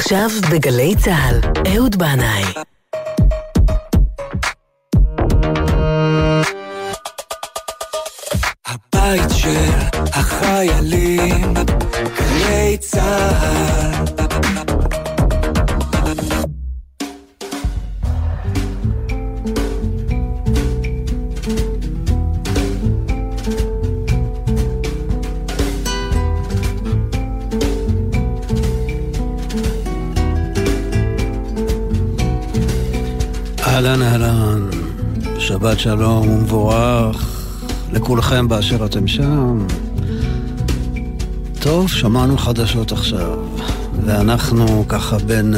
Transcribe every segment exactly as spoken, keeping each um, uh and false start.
עכשיו בגלי צהל, אהוד בנאי. הבית של החיילים, גלי צהל. אהלן אהלן, שבת שלום ומבורך לכולכם באשר אתם שם. טוב, שמענו חדשות עכשיו, ואנחנו ככה בין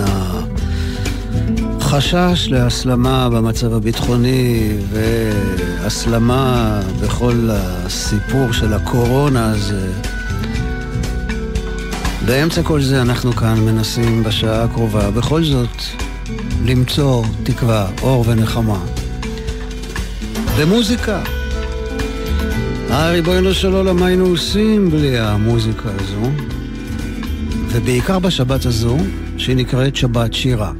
החשש להסלמה במצב הביטחוני והסלמה בכל הסיפור של הקורונה הזה. באמצע כל זה אנחנו כאן מנסים בשעה הקרובה בכל זאת למצוא תקווה, אור ונחמה ומוזיקה. הריבונו של עולם, מה היינו עושים בלי המוזיקה הזו? ובעיקר בשבת הזו שהיא נקראת שבת שירה,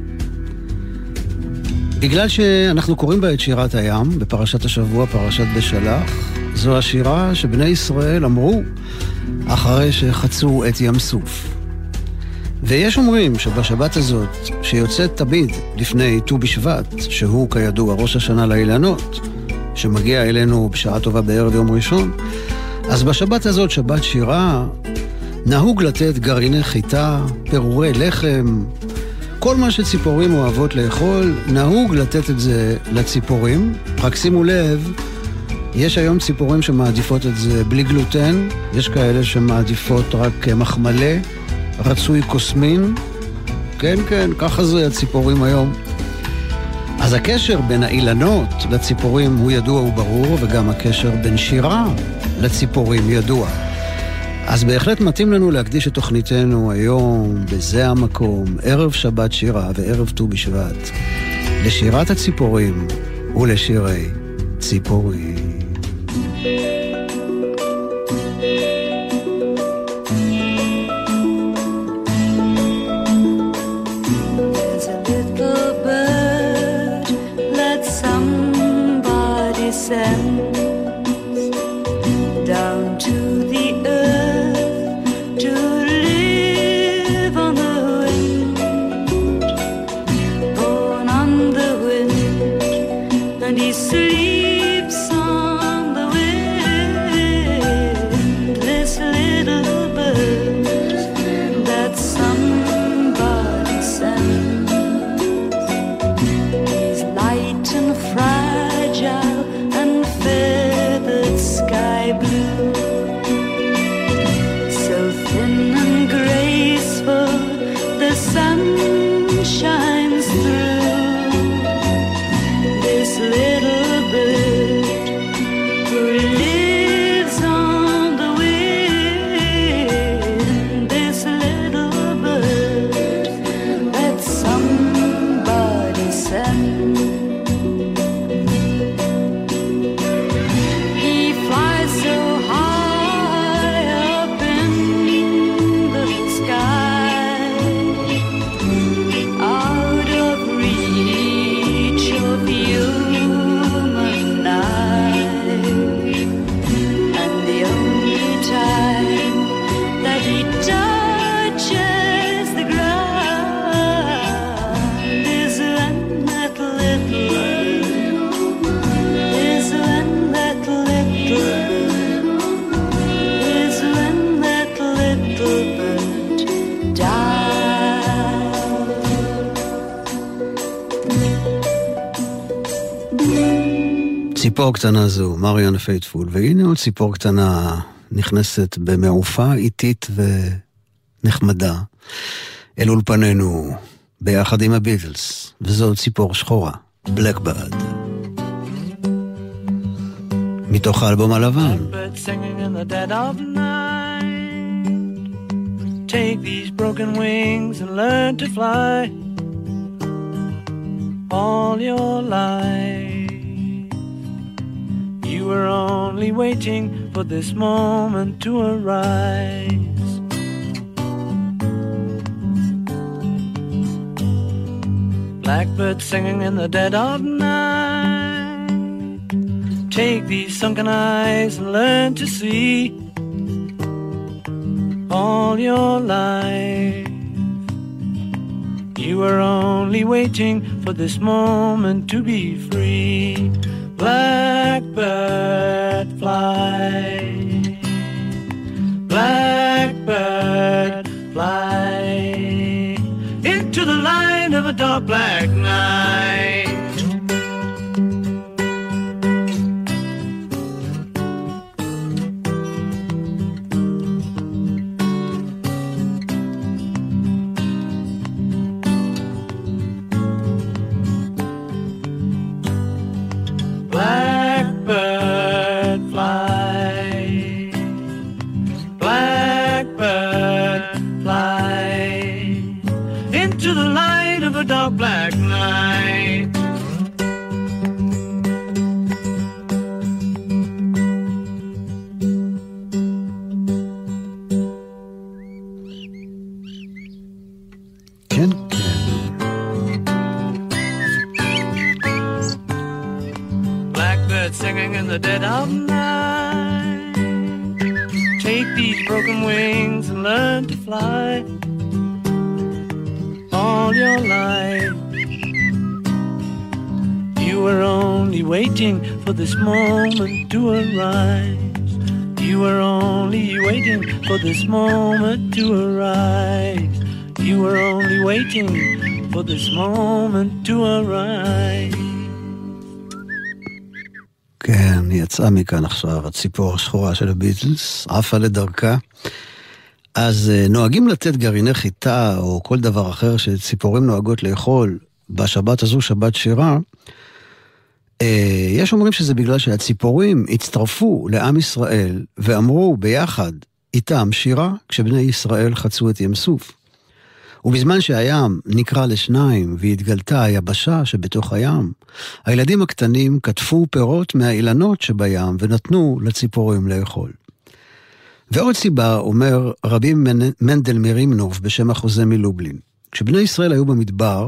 בגלל שאנחנו קוראים בה את שירת הים בפרשת השבוע, פרשת בשלח. זו השירה שבני ישראל אמרו אחרי שחצו את ים סוף. ויש אומרים שבשבת הזאת, שיוצאת תמיד לפני ט"ו בשבט, שהוא כידוע ראש השנה לאילנות, שמגיע אלינו בשעה טובה בערב יום ראשון, אז בשבת הזאת, שבת שירה, נהוג לתת גרעיני חיטה, פירורי לחם, כל מה שציפורים אוהבות לאכול, נהוג לתת את זה לציפורים. רק שימו לב, יש היום ציפורים שמעדיפות את זה בלי גלוטן, יש כאלה שמעדיפות רק מחמלה, רצוי קוסמין, כן כן, ככה זה הציפורים היום. אז הקשר בין האילנות לציפורים הוא ידוע וברור, וגם הקשר בין שירה לציפורים ידוע. אז בהחלט מתאים לנו להקדיש את תוכניתנו היום, בזה המקום, ערב שבת שירה וערב ט"ו בשבט, לשירת הציפורים ולשירי ציפורים. Down to the earth to live on the wind, born on the wind, and he sleeps on the wind. This little bird that somebody sent, he's light and fragile and feathered sky blue, so thin and graceful the sun shines through. This little bird who lives on the wind, this little bird that somebody sent. ציפור קטנה זו, מריאן פייטפול, והנה עוד ציפור קטנה נכנסת במעופה איטית ונחמדה אל אולפנינו ביחד עם הביטלס, וזו ציפור שחורה, בלקברד, מתוך האלבום הלבן. Take these broken wings and learn to fly all your life. You were only waiting for this moment to arise. Blackbird singing in the dead of night. Take these sunken eyes and learn to see. All your life you were only waiting for this moment to be free. Blackbird fly, blackbird fly into the light of a dark black night. Blackbird fly, blackbird fly into the light of a dark black night. כן, כן. Singing in the dead of night. Take these broken wings and learn to fly. All your life you were only waiting for this moment to arise. You were only waiting for this moment to arise. You were only waiting for this moment to arise. כן, יצאה מכאן עכשיו הציפור השחורה של הביטלס, עפה לדרכה. אז נוהגים לתת גרעיני חיטה או כל דבר אחר שציפורים נוהגות לאכול בשבת הזו, שבת שירה. יש אומרים שזה בגלל שהציפורים הצטרפו לעם ישראל ואמרו ביחד איתם שירה כשבני ישראל חצו את ים סוף. ובזמן שהים נקרא לשניים והתגלתה היבשה שבתוך הים, הילדים הקטנים כתפו פירות מהאילנות שבים ונתנו לציפורים לאכול. ועוד סיבה אומר רבי מנדל מרימנוב בשם החוזה מלובלין. כשבני ישראל היו במדבר,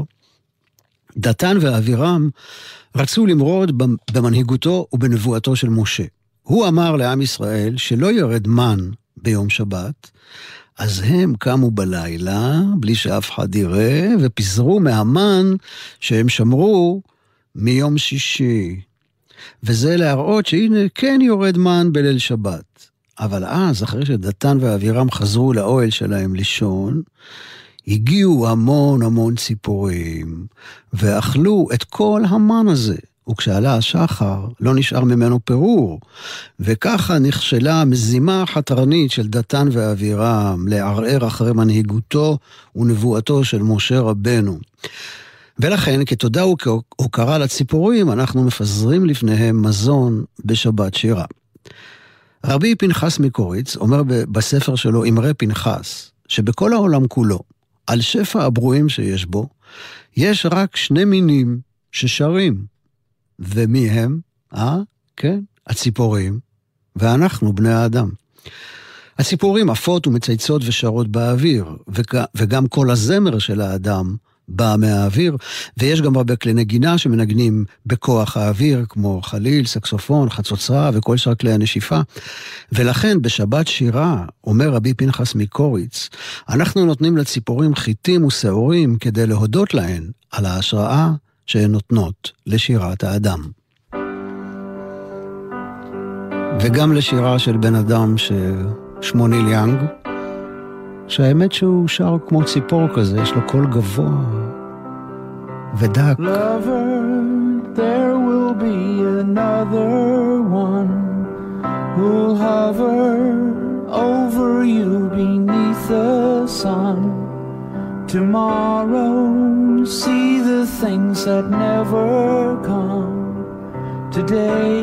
דתן ואבירם רצו למרוד במנהיגותו ובנבואתו של משה. הוא אמר לעם ישראל שלא ירד מן ביום שבת, אז הם קמו בלילה, בלי שאף אחד יראה, ופיזרו מהמן שהם שמרו מיום שישי. וזה להראות שהנה כן יורד מן בליל שבת. אבל אז, אחרי שדתן ואבירם חזרו לאוהל שלהם לישון, הגיעו המון המון ציפורים, ואכלו את כל המן הזה. וכשעלה השחר, לא נשאר ממנו פירור, וככה נכשלה המזימה החתרנית של דתן ואבירם לערער אחרי מנהיגותו ונבואתו של משה רבנו. ולכן, כתודה והוקרה לציפורים, אנחנו מפזרים לפניהם מזון בשבת שירה. רבי פנחס מקוריץ אומר בספר שלו, אמרי פנחס, שבכל העולם כולו, על שפע הברואים שיש בו, יש רק שני מינים ששרים. ומי הם? אה? כן, הציפורים, ואנחנו בני האדם. הציפורים עפות ומצייצות ושרות באוויר, וגם כל הזמר של האדם בא מהאוויר, ויש גם הרבה כלי נגינה שמנגנים בכוח האוויר, כמו חליל, סקסופון, חצוצרה וכל שאר כלי הנשיפה. ולכן בשבת שירה, אומר רבי פנחס מקוריץ, אנחנו נותנים לציפורים חיטים ושעורים כדי להודות להן על ההשראה שהן נותנות לשירת האדם. וגם לשירה של בן אדם ששמו ניל יאנג, שהאמת שהוא שר כמו ציפור כזה, יש לו קול גבוה ודק. Lover, there will be another one who'll hover over you beneath the sun. Tomorrow, see the things that never come today.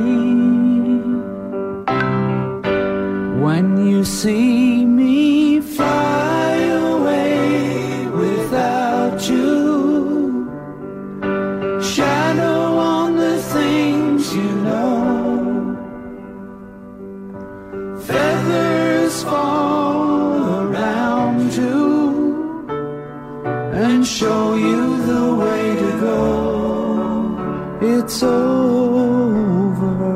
When you see me fly away without you, shadow on the things you know, feathers fall around you and show you the way to go. it's over.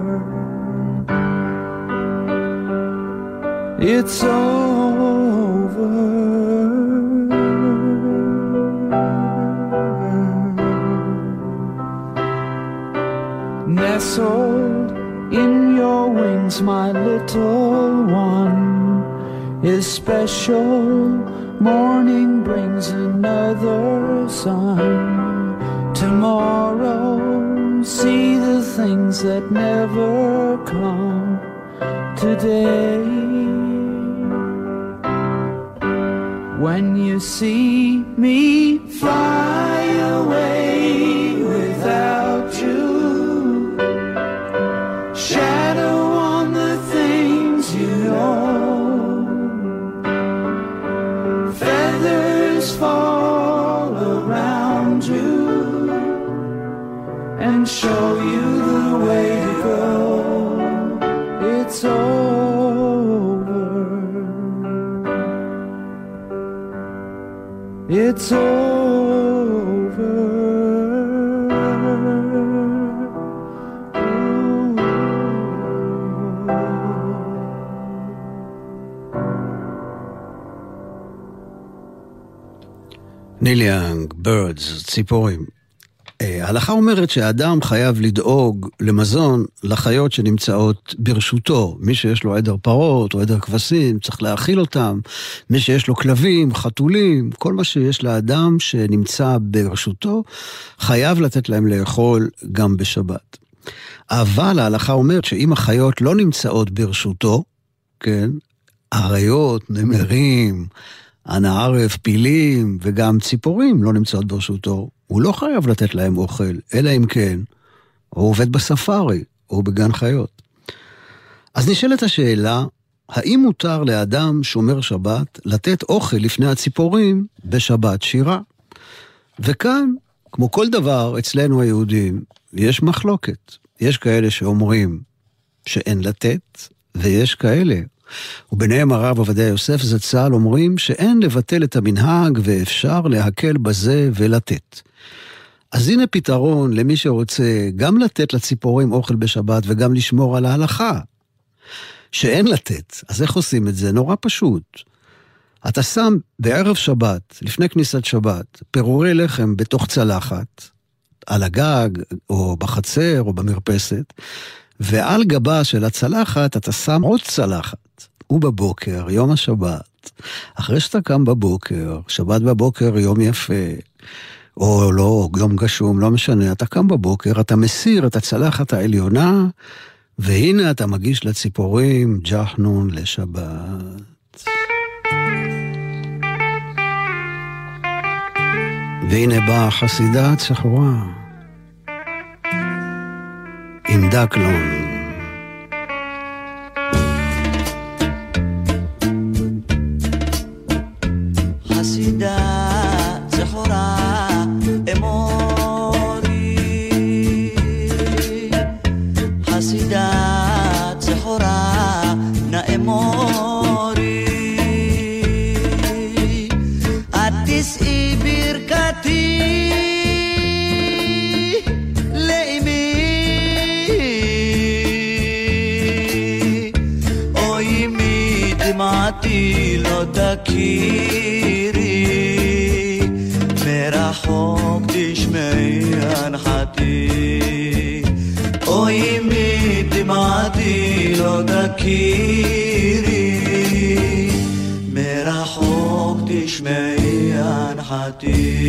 It's over. Nestled in your wings, my little one is special. Morning brings another sun. Tomorrow, see the things that never come today. When you see me fly away without you, shadow on the things you know, feathers fall around you and show you the way to go. It's over. It's over. ניל יאנג, בירדס, ציפורים. ההלכה אומרת שהאדם חייב לדאוג למזון לחיות שנמצאות ברשותו. מי שיש לו עדר פרות או עדר כבשים, צריך להאכיל אותם. מי שיש לו כלבים, חתולים, כל מה שיש לאדם שנמצא ברשותו, חייב לתת להם לאכול גם בשבת. אבל ההלכה אומרת שאם החיות לא נמצאות ברשותו, כן, אריות, נמרים, הנערף, פילים וגם ציפורים לא נמצאות ברשותו, הוא לא חייב לתת להם אוכל, אלא אם כן, הוא עובד בספארי, או בגן חיות. אז נשאלת השאלה, האם מותר לאדם שומר שבת לתת אוכל לפני הציפורים בשבת שירה? וכאן, כמו כל דבר אצלנו היהודים, יש מחלוקת. יש כאלה שאומרים שאין לתת, ויש כאלה, וביניהם הרב עובדיה יוסף זצ"ל אומרים שאין לבטל את המנהג ואפשר להקל בזה ולתת. אז הנה פתרון למי שרוצה גם לתת לציפורים אוכל בשבת וגם לשמור על ההלכה. שאין לתת, אז איך עושים את זה? נורא פשוט. אתה שם בערב שבת, לפני כניסת שבת, פירורי לחם בתוך צלחת, על הגג או בחצר או במרפסת, ועל גבה של הצלחת אתה שם עוד צלחת. ובבוקר, יום השבת, אחרי שאתה קם בבוקר, שבת בבוקר יום יפה, או לא, יום גשום, לא משנה, אתה קם בבוקר, אתה מסיר את הצלחת העליונה, והנה אתה מגיש לציפורים ג'חנון לשבת. והנה באה חסידה צחורה, עם דקלון. חסידה צחורה אמורי, חסידה צחורה נאמורי, את תשאי ברכתי לאמי, אוי מי דמעתי לא תכירי, מרחוק תשמעי הנחתי, אוי מי דמעתי לא תכירי, מרחוק תשמעי הנחתי.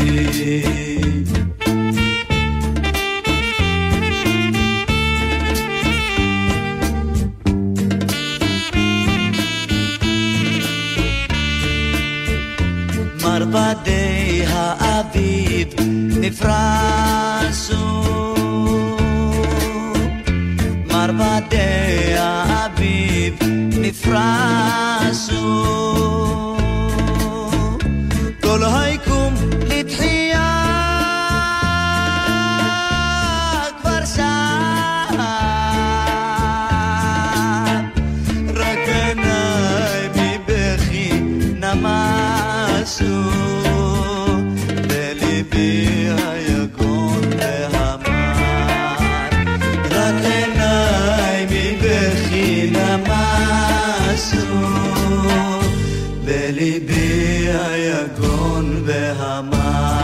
מרבדי האביב נפרסו, מרבדי האביב נפרסו, כל היקום לתחייה כבר שם, רק עיניי מבכי נמסו, בליבי היגון והמה, היגון והמן.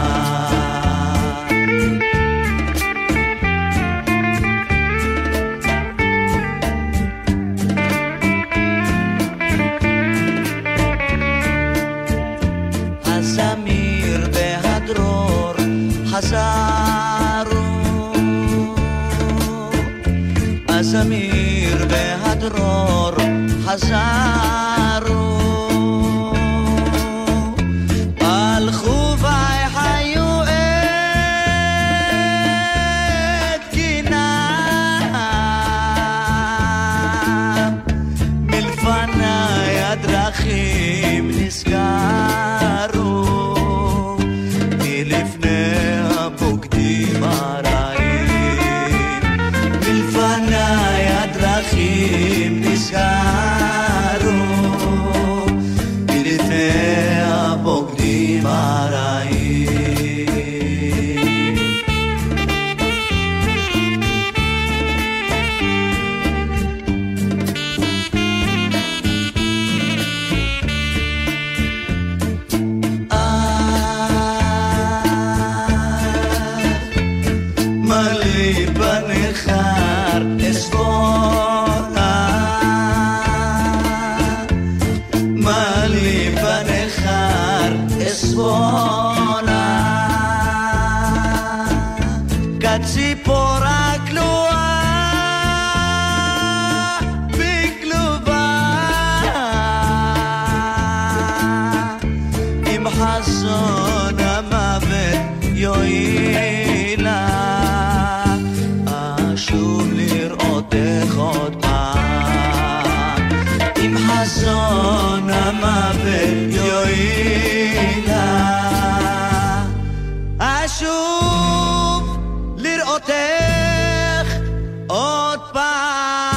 הזמיר והדרור חזרו, הזמיר והדרור חזרו, הלכו והחיו את קינם, מלפני הדרכים נסגרו, מלפני הבוגדים הרעים, מלפני הדרכים נסגרו, מלפני הבוגדים הרעים. מלי בנחר אספונה, מלי בנחר אספונה, כציפורה כלואה בכלובה, עם חזון המוות יועילה, אשוב לראותך עוד פעם, עם חזון המוות יועילה, אשוב לראותך עוד פעם.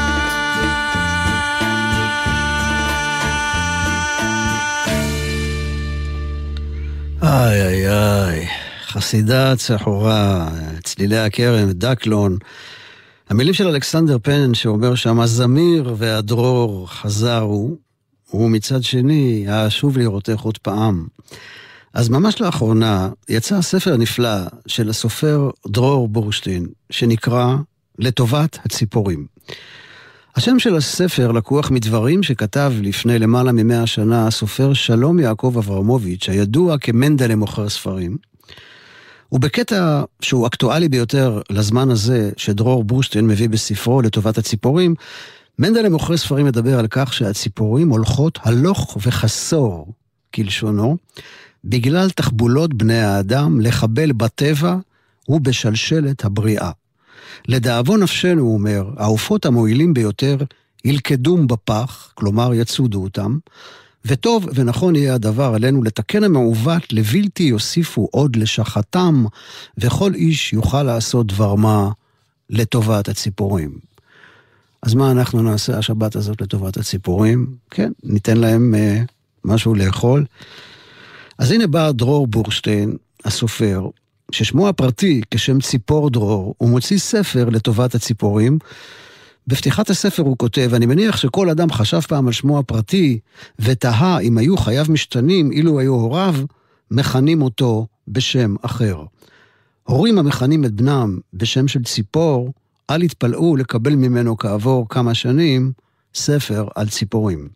איי איי איי, חסידה צחורה, צלילי הכרם, דקלון. המילים של אלכסנדר פן שאומר שם הזמיר והדרור חזרו, ומצד שני השוב לראותך עוד פעם. אז ממש לאחרונה יצא ספר נפלא של הסופר דרור בורשטיין, שנקרא לטובת הציפורים. השם של הספר לקוח מדברים שכתב לפני למעלה ממאה שנה הסופר שלום יעקב אברמוביץ', הידוע כמנדלה מוכר ספרים. ובקטע שהוא אקטואלי ביותר לזמן הזה, שדרור בורשטיין מביא בספרו לטובת הציפורים, מנדלה מוכר ספרים מדבר על כך שהציפורים הולכות הלוך וחסור, כלשונו, בגלל תחבולות בני האדם לחבל בטבע ובשלשלת הבריאה. לדאבון נפשנו, הוא אומר, העופות המועילים ביותר ילכדום בפח, כלומר יצודו אותם, וטוב ונכון יהיה הדבר עלינו לתקן המעוות לבלתי יוסיפו עוד לשחתם, וכל איש יוכל לעשות דבר מה לטובת הציפורים. אז מה אנחנו נעשה השבת הזאת לטובת הציפורים? כן, ניתן להם uh, משהו לאכול. אז הנה בא דרור בורשטיין, הסופר, ששמו הפרטי כשם ציפור דרור, הוא מוציא ספר לטובת הציפורים. בפתיחת הספר הוא כותב, אני מניח שכל אדם חשב פעם על שמו הפרטי, ותהה אם היו חייו משתנים, אילו היו הוריו, מכנים אותו בשם אחר. הורים המכנים את בנם בשם של ציפור, אל יתפלאו לקבל ממנו כעבור כמה שנים, ספר על ציפורים.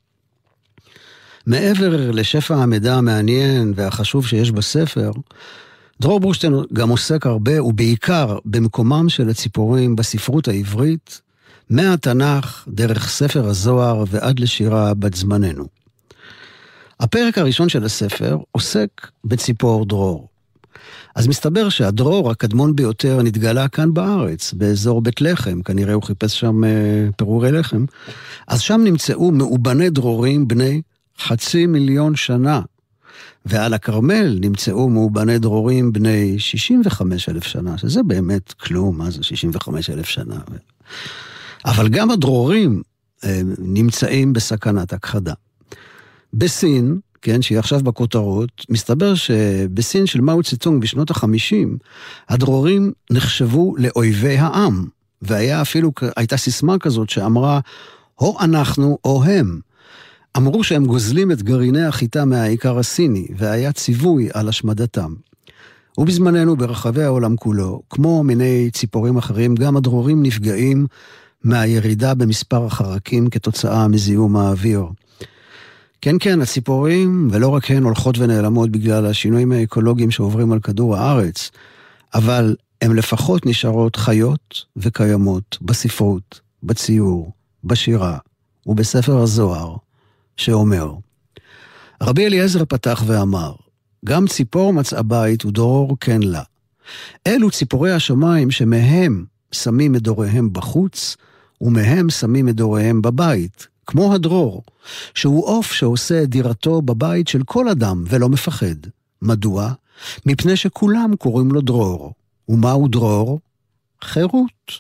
מעבר לשפע המידע המעניין והחשוב שיש בספר, דרור בורשטיין גם עוסק הרבה ובעיקר במקומם של הציפורים בספרות העברית, מהתנ"ך דרך ספר הזוהר ועד לשירה בת זמננו. הפרק הראשון של הספר עוסק בציפור דרור. אז מסתבר שהדרור הקדמון ביותר נתגלה כאן בארץ, באזור בית לחם, כנראה הוא חיפש שם פירורי לחם, אז שם נמצאו מאובני דרורים בני חצי מיליון שנה, ועל הכרמל נמצאו מאובני דרורים בני שישים וחמישה אלף שנה, שזה באמת כלום, מה זה שישים וחמישה אלף שנה. אבל גם הדרורים נמצאים בסכנת הכחדה. בסין, כן, שהיא עכשיו בכותרות, מסתבר שבסין של מאו צטונג בשנות החמישים, הדרורים נחשבו לאויבי העם, והיה אפילו, הייתה סיסמה כזאת שאמרה, או אנחנו או הם. אמרו שהם גוזלים את גרעיני החיטה מהעיקר הסיני, והיה ציווי על השמדתם. ובזמננו ברחבי העולם כולו, כמו מיני ציפורים אחרים, גם הדרורים נפגעים מהירידה במספר החרקים כתוצאה מזיהום האוויר. כן, כן, הציפורים, ולא רק הן, הולכות ונעלמות בגלל השינויים האקולוגיים שעוברים על כדור הארץ, אבל הן לפחות נשארות חיות וקיימות בספרות, בציור, בשירה ובספר הזוהר, שאומר, רבי אליעזר פתח ואמר, גם ציפור מצאה בית ודרור כן לה. אלו ציפורי השמיים שמהם שמים את דוריהם בחוץ, ומהם שמים את דוריהם בבית, כמו הדרור, שהוא עוף שעושה את דירתו בבית של כל אדם ולא מפחד. מדוע? מפני שכולם קוראים לו דרור. ומהו דרור? חירות.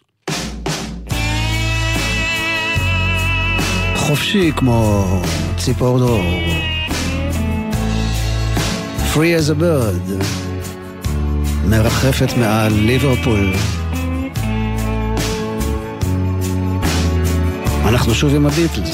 חופשי כמו ציפור דרור. Free as a bird. מרחפת מעל ליברפול. אנחנו שוב עם הביטלס.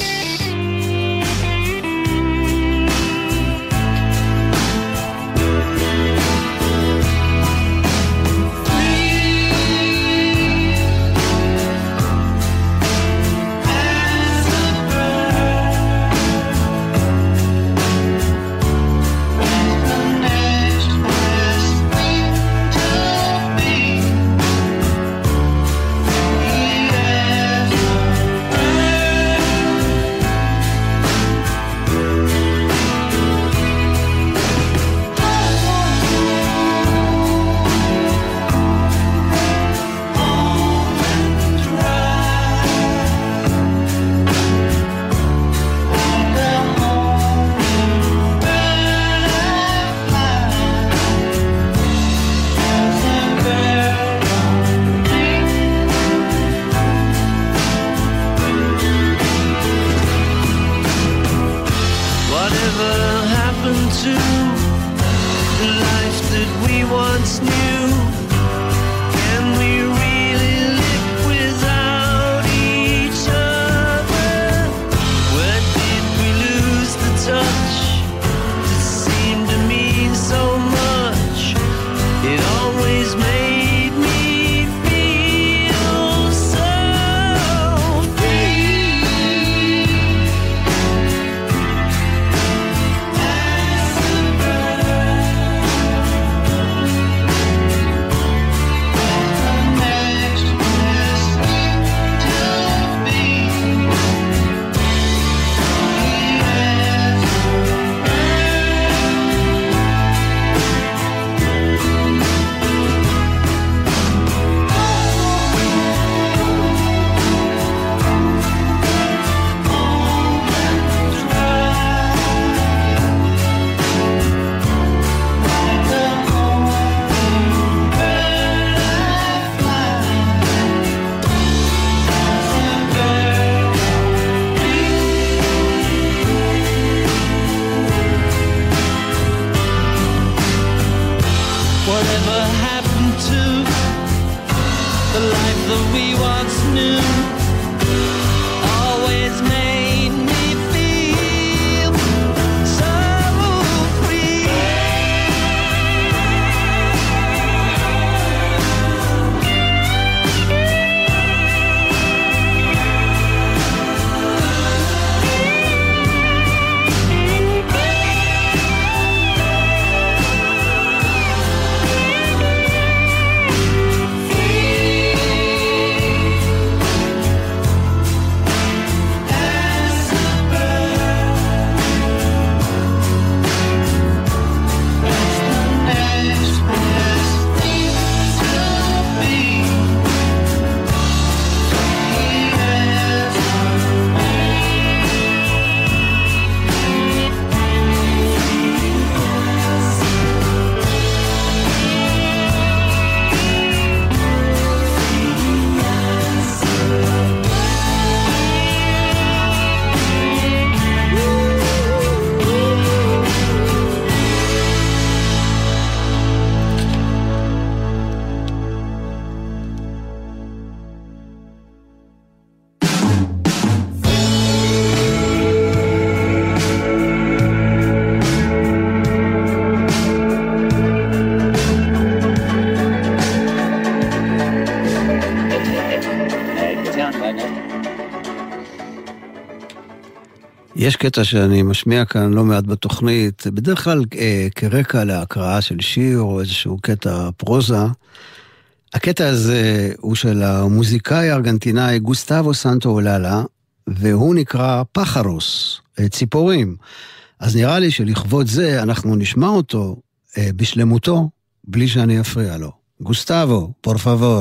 יש קטע שאני משמיע כאן לא מעט בתוכנית, בדרך כלל אה, כרקע להקראה של שיר או איזשהו קטע פרוזה. הקטע הזה הוא של המוזיקאי הארגנטינאי גוסטבו סנטאוללה, והוא נקרא פחרוס, ציפורים. אז נראה לי שלכבוד זה אנחנו נשמע אותו אה, בשלמותו, בלי שאני אפריע לו. גוסטבו, פור פאבור.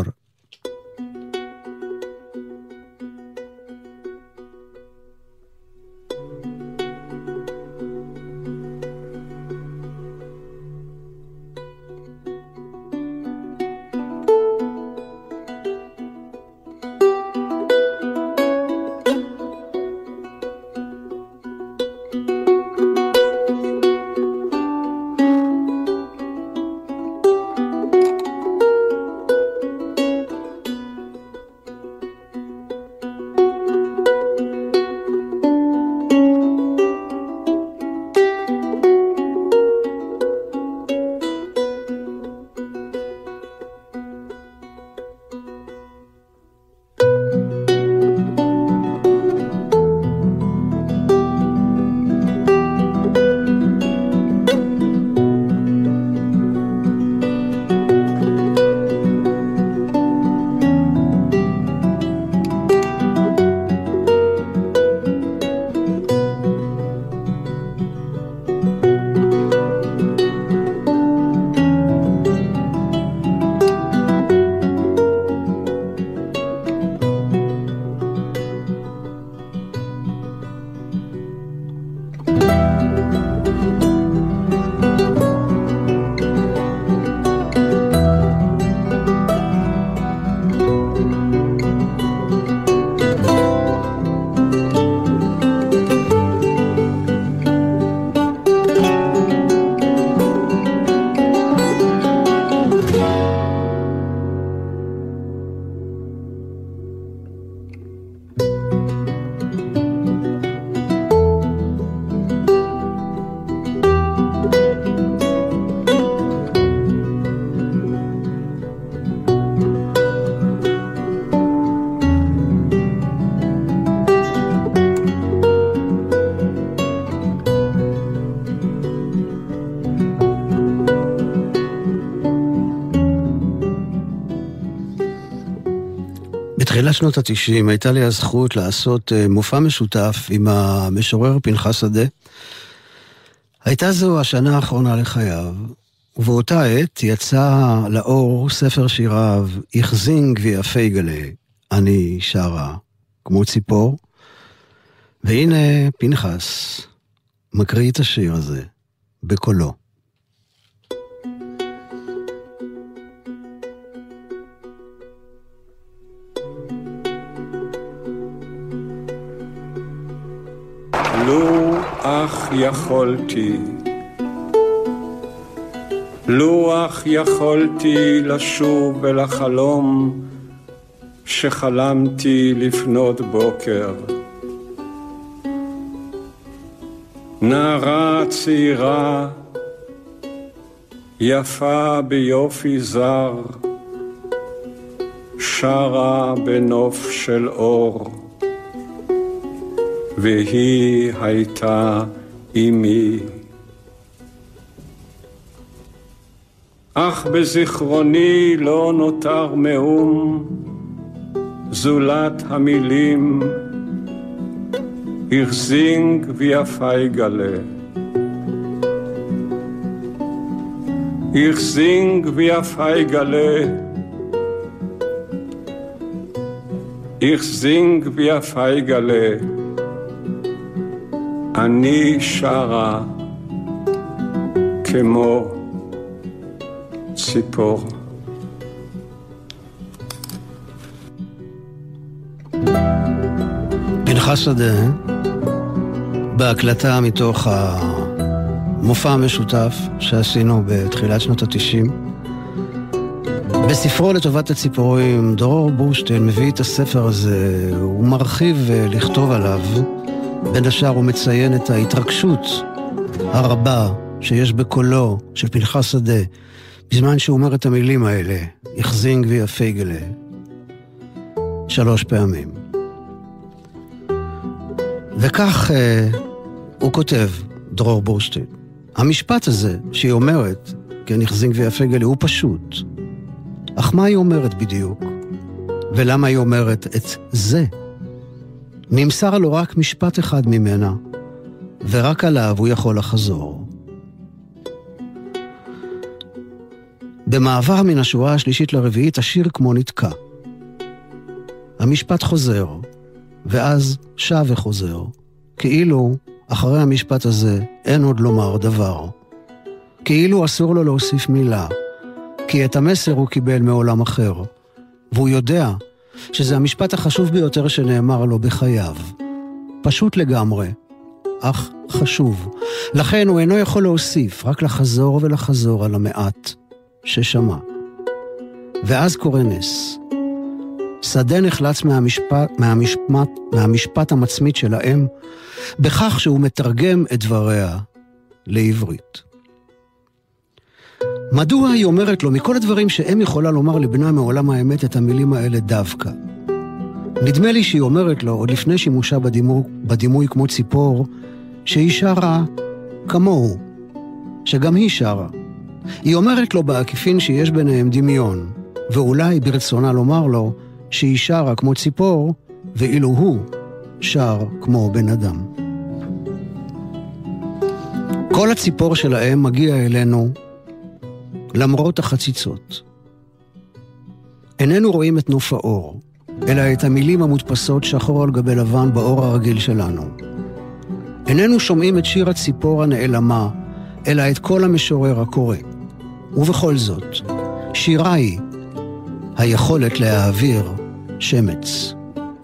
בתחילת שנות התשעים הייתה לי הזכות לעשות מופע משותף עם המשורר פנחס שדה. הייתה זו השנה האחרונה לחייו, ובאותה עת יצא לאור ספר שיריו יחזינג ויפה גלה, אני שרה כמו ציפור, והנה פנחס מקריא את השיר הזה בקולו. לו אך יכולתי, לו אך יכולתי לשוב אל החלום שחלמתי לפנות בוקר. נערה צעירה, יפה ביופי זר, שרה בנוף של אור. והיא הייתה אמי. אך בזיכרוני לא נותר מאום זולת המילים יחזינג ויפה גלה. יחזינג ויפה גלה. יחזינג ויפה גלה. אני שרה כמו ציפור. פנחס שדה, בהקלטה מתוך המופע המשותף שעשינו בתחילת שנות התשעים. בספרו לטובת הציפורים, דרור בורשטיין מביא את הספר הזה, הוא מרחיב לכתוב עליו. בין השאר הוא מציין את ההתרגשות הרבה שיש בקולו של פנחס שדה, בזמן שהוא אומר את המילים האלה, יחזינג ויפה גלה, שלוש פעמים. וכך אה, הוא כותב, דרור בורשטיין. המשפט הזה שהיא אומרת, כן יחזינג ויפה גלי, הוא פשוט. אך מה היא אומרת בדיוק? ולמה היא אומרת את זה? נמסר לו רק משפט אחד ממנה, ורק עליו הוא יכול לחזור. במעבר מן השורה השלישית לרביעית, השיר כמו נתקע. המשפט חוזר, ואז שב וחוזר, כאילו אחרי המשפט הזה אין עוד לומר דבר. כאילו אסור לו להוסיף מילה, כי את המסר הוא קיבל מעולם אחר, והוא יודע שזה המשפט החשוב ביותר שנאמר לו בחייו. פשוט לגמרי, אך חשוב. לכן הוא אינו יכול להוסיף, רק לחזור ולחזור על המעט ששמע. ואז קורה נס. שדה נחלץ מהמשפט, מהמשפט, מהמשפט המצמית של האם, בכך שהוא מתרגם את דבריה לעברית. מדוע היא אומרת לו, מכל הדברים שאם יכולה לומר לבנה מעולם האמת, את המילים האלה דווקא? נדמה לי שהיא אומרת לו, עוד לפני שימושה בדימוי, בדימוי כמו ציפור, שהיא שרה כמוהו, שגם היא שרה. היא אומרת לו בעקיפין שיש ביניהם דמיון, ואולי ברצונה לומר לו שהיא שרה כמו ציפור, ואילו הוא שר כמו בן אדם. כל הציפור שלהם מגיע אלינו למרות החציצות. איננו רואים את נוף האור, אלא את המילים המודפסות שחור על גבי לבן באור הרגיל שלנו. איננו שומעים את שיר הציפור הנעלמה, אלא את כל המשורר הקורא. ובכל זאת, שירה היא היכולת להעביר שמץ.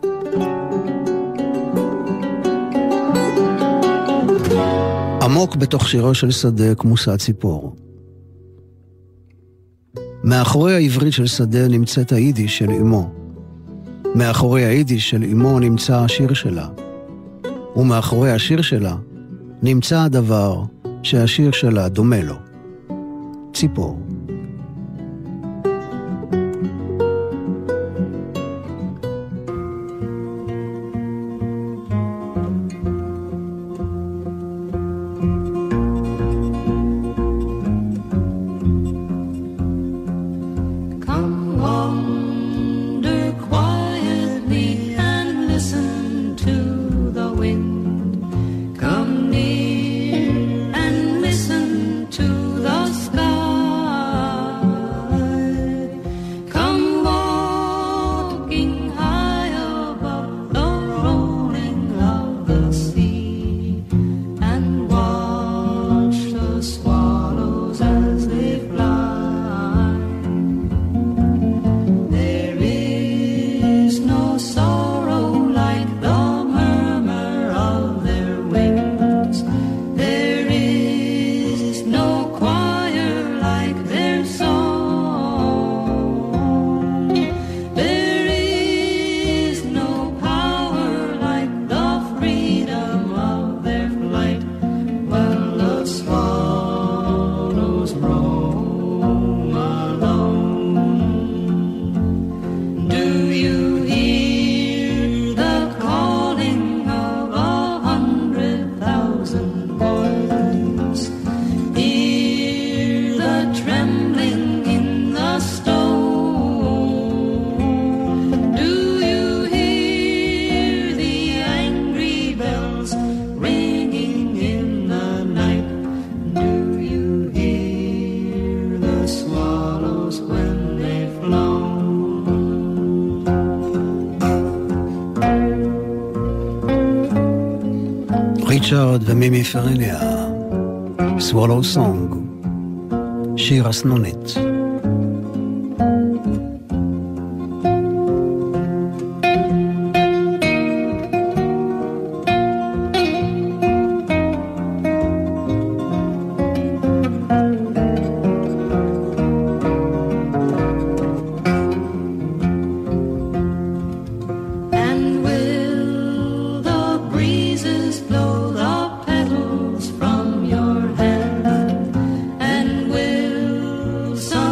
עמוק בתוך שירו של שדה כמוסה ציפור. מאחורי העברית של שדה נמצאת היידיש של אמו. מאחורי היידיש של אמו נמצא השיר שלה. ומאחורי השיר שלה נמצא הדבר שהשיר שלה דומה לו. ציפור. ריצ'רד ומימי פרניה, Swallow Song, שיר הסנונית. Some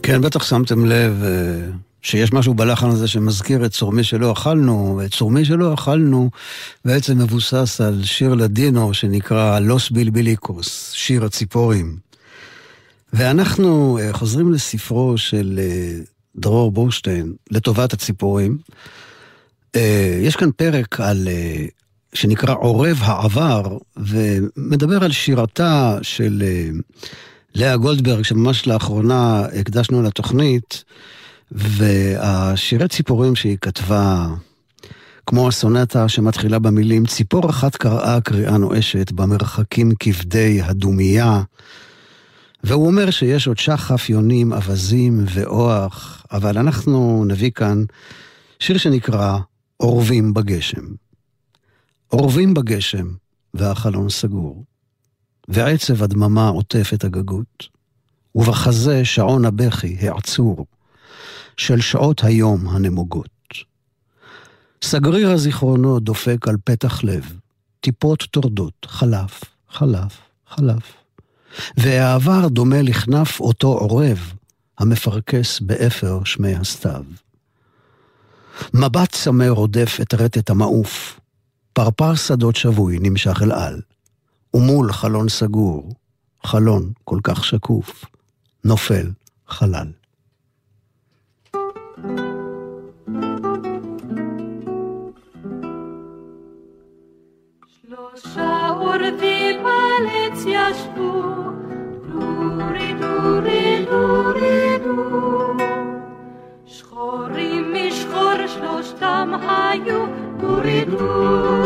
כן, בטח שמתם לב שיש משהו בלחן הזה שמזכיר את צורמי שלא אכלנו, ואת צורמי שלא אכלנו בעצם מבוסס על שיר לדינו שנקרא לוס בילביליקוס, שיר הציפורים. ואנחנו חוזרים לספרו של דרור בורשטיין, לטובת הציפורים. יש כאן פרק על, שנקרא עורב העבר, ומדבר על שירתה של לאה גולדברג, שממש לאחרונה הקדשנו לתוכנית, והשירי ציפורים שהיא כתבה, כמו הסונטה שמתחילה במילים, ציפור אחת קראה קריאה נואשת במרחקים כבדי הדומיה, והוא אומר שיש עוד שחף יונים, אבזים ואוח, אבל אנחנו נביא כאן שיר שנקרא עורבים בגשם. עורבים בגשם והחלון סגור, ועצב הדממה עוטף את הגגות, ובחזה שעון הבכי העצור, של שעות היום הנמוגות. סגריר הזיכרונות דופק על פתח לב, טיפות תורדות, חלף, חלף, חלף. והעבר דומה לכנף אותו עורב, המפרקס באפר שמי הסתיו. מבט צמא רודף את רטט המעוף, פרפר שדות שבוי נמשך אל על, ומול חלון סגור, חלון כל כך שקוף, נופל חלל. שלושה עורבים על עץ ישבו, דורי דורי דורי דו, שחורים משחור שלושתם היו, דורי דו.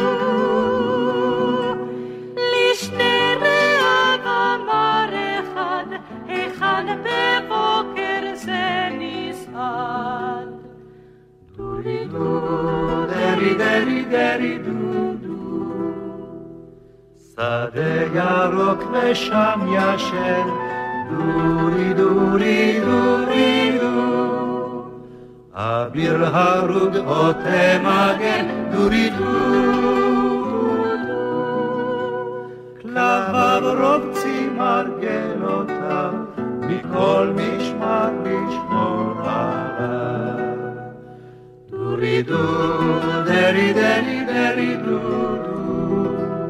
לשני רעב אמר אחד, היכן בבוקר זה נסעד, דורי דו, דרי דרי דרי דו דו. שדה ירוק ושם ישן, דורי דורי דורי דו. אביר הרוג עוטה מגן, דורי דו. כלביו רובצים על גלותיו, מכל משמר לשמור עליו. דורי דו, דרי דרי דרי דו דו.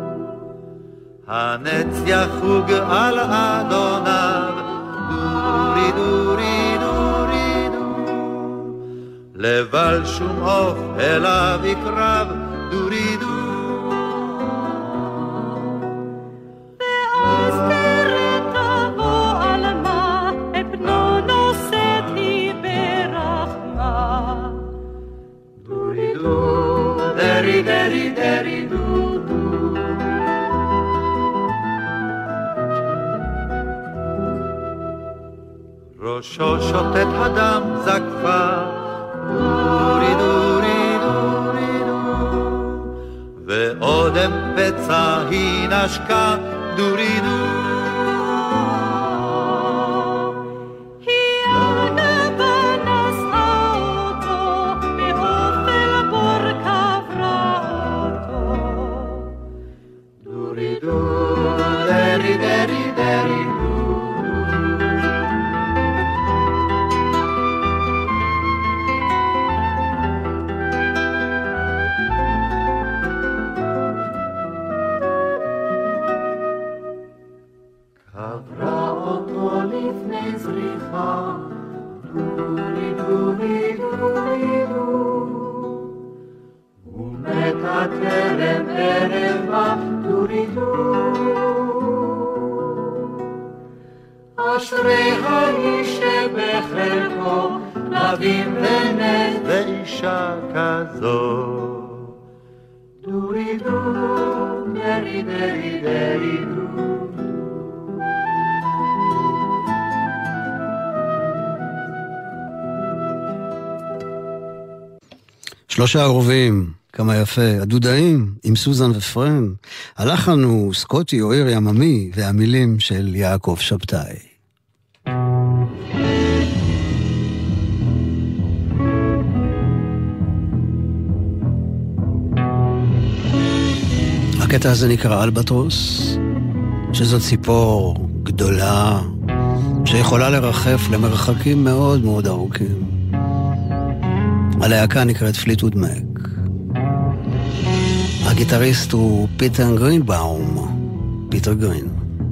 הנץ יחוג על אדוניו, דורי דורי דורי דו. לבל שום עוף אליו יקרב, דורי דו. ואז תראה תבוא על מה, את בנו נושאתי ברחמה, דורי דו, דרי דרי דרי דו דו. ראשו שוטט הדם זקפה, דורי דורי דורי דו. ואודם פצע היא נשקה, דורי דו. היא ארנבה נשאה אותו, באופל בור קברה אותו, דורי דו, דרי דרי דרי דו. קברה אותו לפני זריחה, דורי דורי דורי דו. ומת הטרם ערבה, דורי דו. אשרי האיש שבחלקו כלבים ונס ואישה כזו, דורי דו, דרי דרי דרי דו. שלושה עורבים, כמה יפה, הדודאים עם סוזן ופרן, הלחן הוא סקוטי או עיר יממי, והמילים של יעקב שבתאי. הקטע הזה נקרא אלבטרוס, שזו ציפור גדולה, שיכולה לרחף למרחקים מאוד מאוד ארוכים. הלהקה נקראת פליטווד מק. הגיטריסט הוא פיטר גרינבאום, פיטר גרין.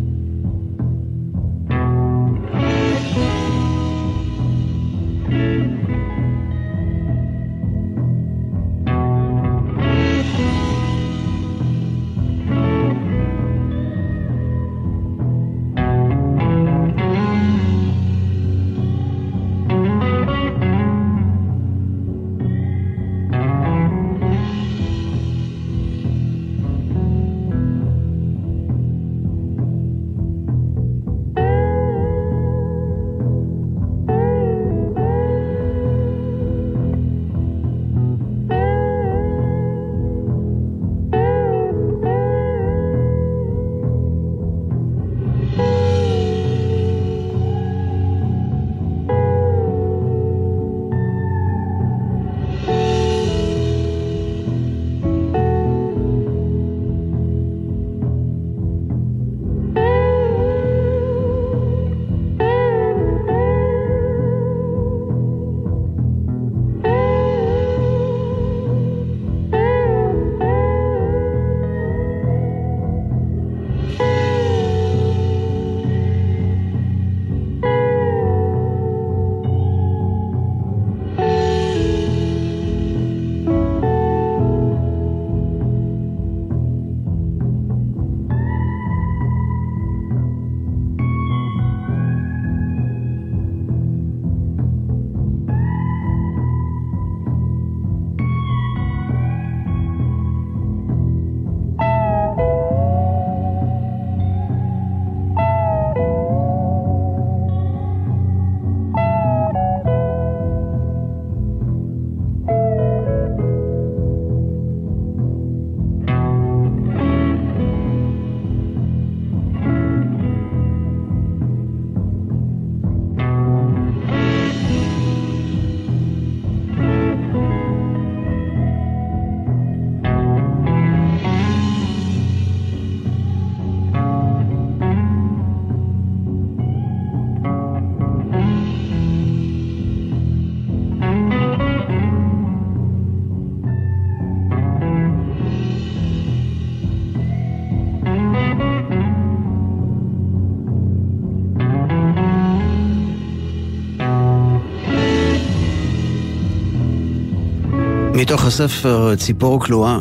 מתוך הספר ציפור כלואה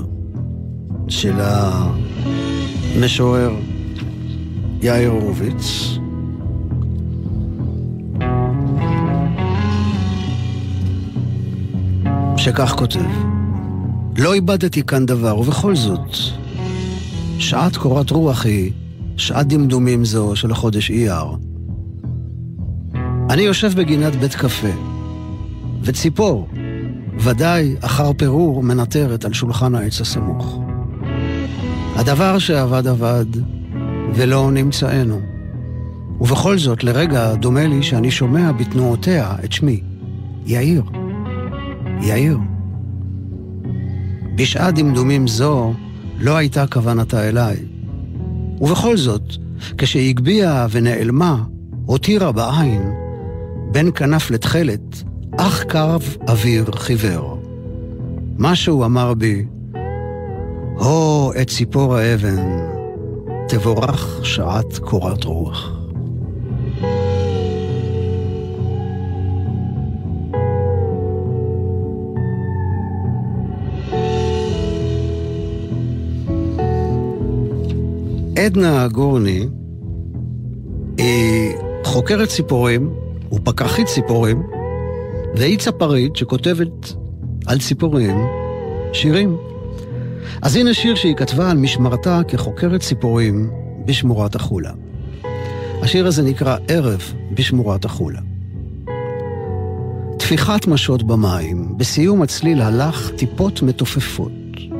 של המשורר יאיר הורוביץ, שכך כותב: לא איבדתי כאן דבר, ובכל זאת שעת קורת רוח היא שעת דמדומים זו של החודש אייר. אני יושב בגינת בית קפה, וציפור ודאי אחר פירור מנטרת על שולחן העץ הסמוך. הדבר שעבד עבד ולא נמצאנו, ובכל זאת לרגע דומה לי שאני שומע בתנועותיה את שמי, יאיר, יאיר. בשעת דמדומים זו לא הייתה כוונתה אליי, ובכל זאת כשהגביעה ונעלמה הותירה בעין בין כנף לתחלת אך קרב אוויר חיוור. משהו אמר בי, הו את ציפור האבן, תבורך שעת קורת רוח. עדנה גורני היא חוקרת ציפורים ופקחית ציפורים, והיא צפרית שכותבת על ציפורים שירים. אז הנה שיר שהיא כתבה על משמרתה כחוקרת ציפורים בשמורת החולה. השיר הזה נקרא ערב בשמורת החולה. תפיחת משות במים, בסיום הצליל הלך טיפות מתופפות.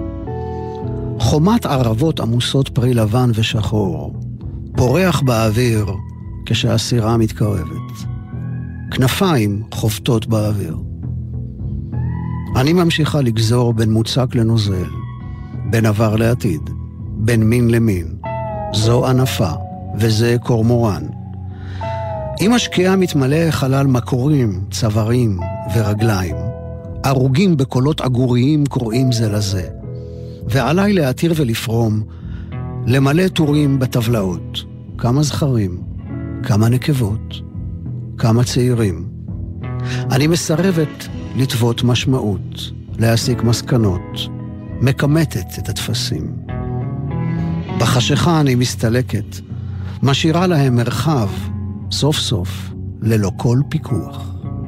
חומת ערבות עמוסות פרי לבן ושחור, פורח באוויר כשהסירה מתקרבת. כנפיים חופתות באוויר. אני ממשיכה לגזור בין מוצק לנוזל, בין עבר לעתיד, בין מין למין. זו ענפה וזה קורמורן. אם השקיעה מתמלא חלל מקורים, צווארים ורגליים, הרוגים בקולות עגוריים קוראים זה לזה, ועליי להתיר ולפרום, למלא טורים בטבלאות, כמה זכרים, כמה נקבות, כמה צעירים. אני מסרבת לטוות משמעות, להסיק מסקנות, מקמטת את התפסים. בחשיכה אני מסתלקת, משאירה להם מרחב, סוף סוף, ללא כל פיקוח.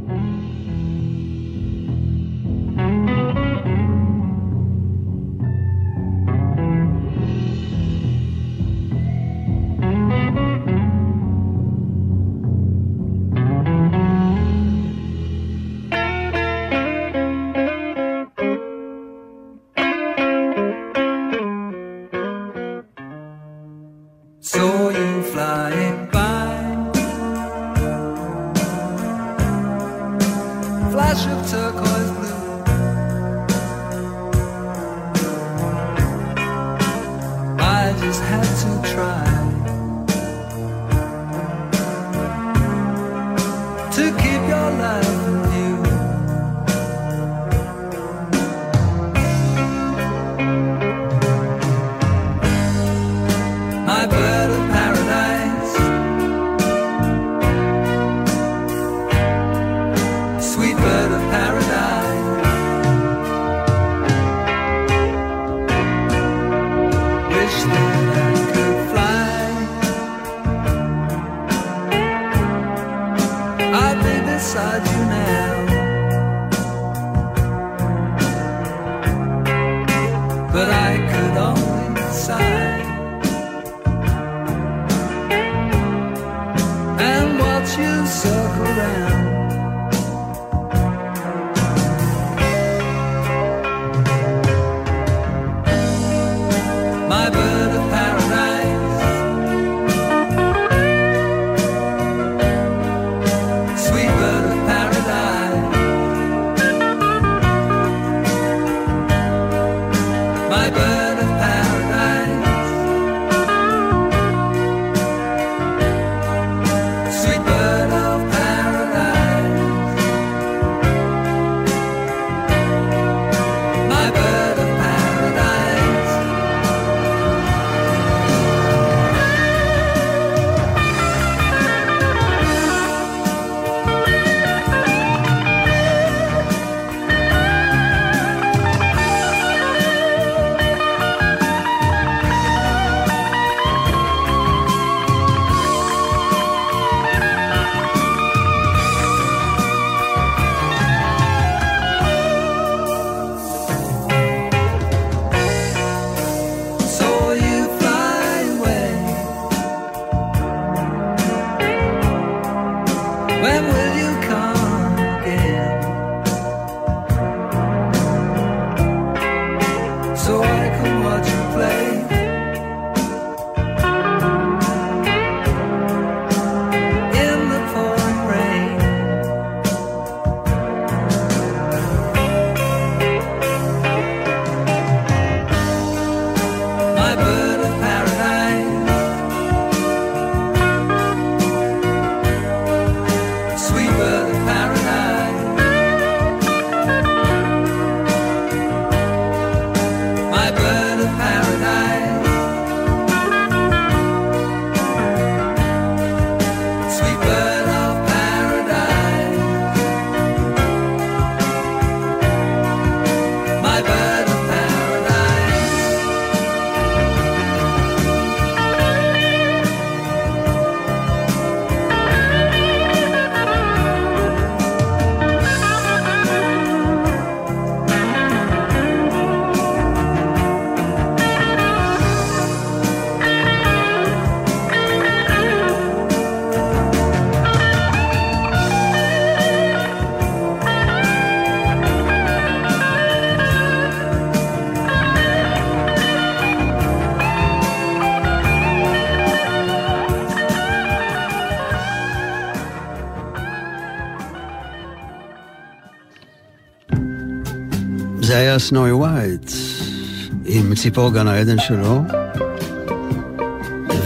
זה היה סנואי ווייט עם ציפור גן העדן שלו,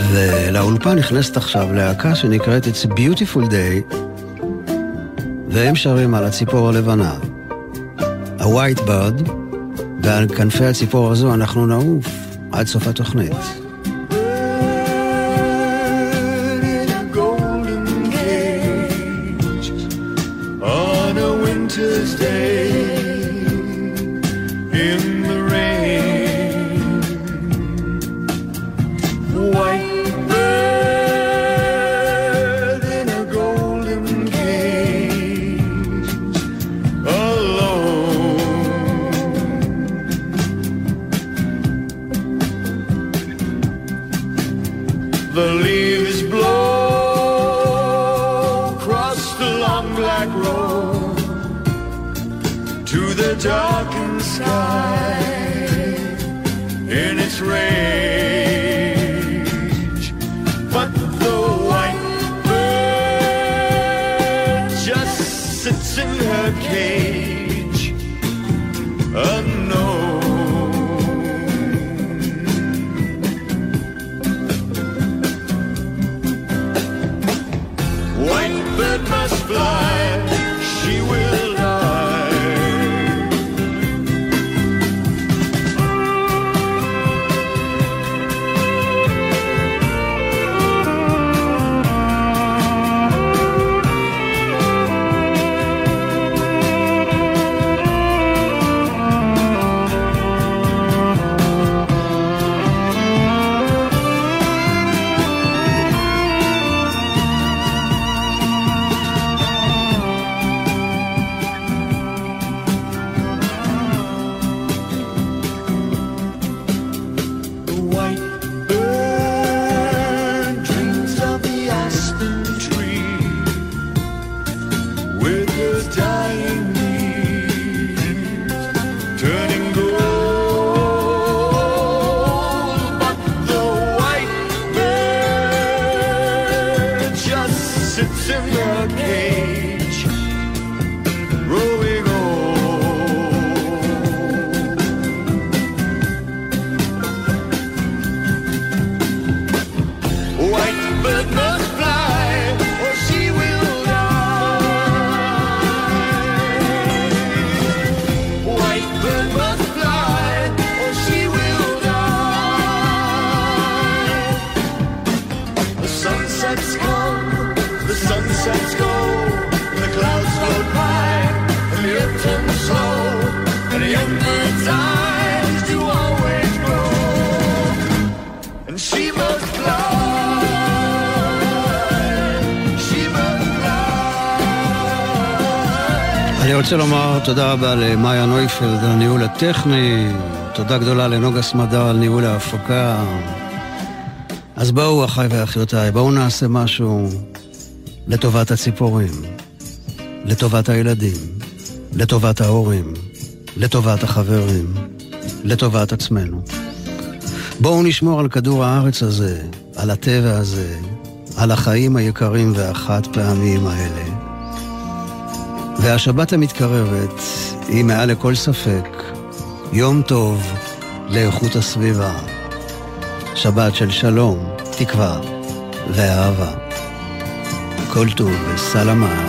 ולאולפן נכנסת עכשיו להקה שנקראת It's a Beautiful Day, והם שרים על הציפור הלבנה, ה-White Bird, ועל כנפי הציפור הזו אנחנו נעוף עד סוף התוכנית. On a winter's day in the rain, white bird in a golden cage, alone. The leaves blow across the long black road to the darkened sky in its rage, but the white bird just sits in her cage, unknown. White bird must fly, she will die. The white bird dreams of the aspen tree with her dying leaves turning gold, but the white bird just sits in her cage, growing old. White bird must fly, or she will die. White bird must fly, or she will die. The sunsets come, the sunsets go, the clouds float by, and the earth turns slow, and the young bird's eyes do always grow, and she must fly. אני רוצה לומר תודה רבה למאיה נויפלד על הניהול הטכני, תודה גדולה לנוגה סמדר על ניהול ההפקה. אז בואו אחיי ואחיותיי, בואו נעשה משהו לטובת הציפורים, לטובת הילדים, לטובת ההורים, לטובת החברים, לטובת עצמנו. בואו נשמור על כדור הארץ הזה, על הטבע הזה, על החיים היקרים והחד פעמיים האלה. והשבת המתקרבת היא מעל לכל ספק יום טוב לאיכות הסביבה. שבת של שלום, תקווה ואהבה. כל טוב וסלמה.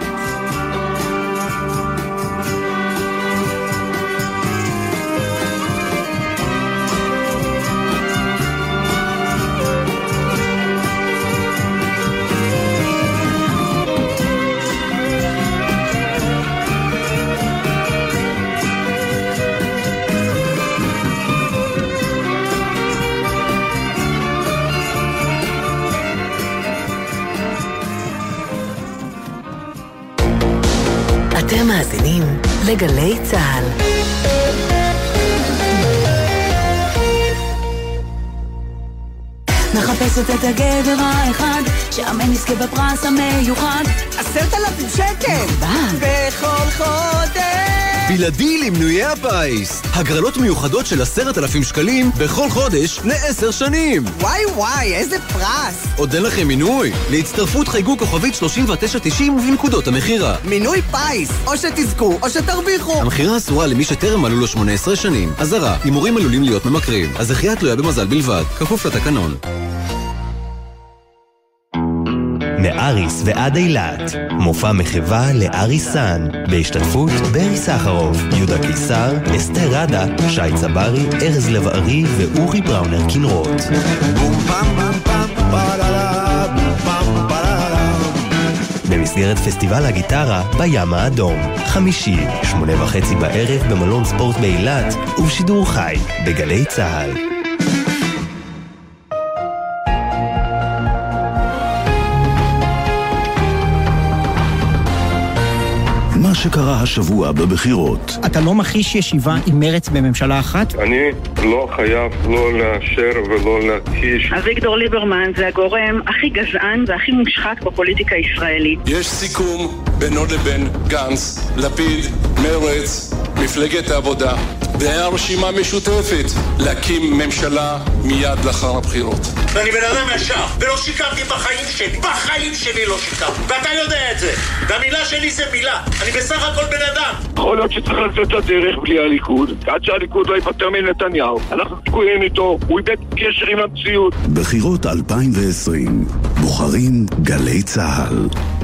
אתם מאזינים לגלי צהל. מחפשת את הגבר האחד שאמן יזכה בפרס המיוחד עשרת אלפים שקל בכל חודש בלעדי למנויי הפיס. הגרלות מיוחדות של עשרת אלפים שקלים בכל חודש לעשר שנים. וואי וואי, איזה פרס. עוד אין לכם מינוי? להצטרפות חייגו כוכבית שלושים ותשע תשעים ובנקודות המחירה. מינוי פיס, או שתזכו או שתרוויחו. המחירה אסורה למי שטרם מלאו לו שמונה עשרה שנים. אזהרה, הימורים עלולים להיות ממכרים. הזכייה תלויה במזל בלבד, כפוף לתקנון. מאריס ועד אילת. מופע מחווה לאריסן, בהשתתפות ברי סחרוף, יהודה קיסר, אסתר רדה, שי צברי, ארז לב-ארי ואורי בראונר כנרות. במסגרת פסטיבל הגיטרה בים האדום, חמישי, שמונה וחצי בערב במלון ספורט באילת, ובשידור חי בגלי צהל. מה שקרה השבוע בבחירות. אתה לא מכחיש ישיבה עם מרץ בממשלה אחת? אני לא חייב לא לאשר ולא להכחיש. אביגדור ליברמן זה הגורם הכי גזען והכי מושחת בפוליטיקה הישראלית. יש סיכום בינו לבין גנץ, לפיד, מרץ, מפלגת העבודה והרשימה משותפת להקים ממשלה מיד לאחר הבחירות. ואני בן אדם ישר, ולא שיקרתי בחיים שלי, בחיים שלי לא שיקרתי, ואתה יודע את זה, והמילה שלי זה מילה, אני בסך הכל בן אדם. יכול להיות שצריך לצאת לדרך בלי הליכוד, עד שהליכוד לא ייפטר מנתניהו. אנחנו תקועים איתו, הוא איבד קשר עם המציאות. בחירות אלפיים ועשרים, בוחרים גלי צהל.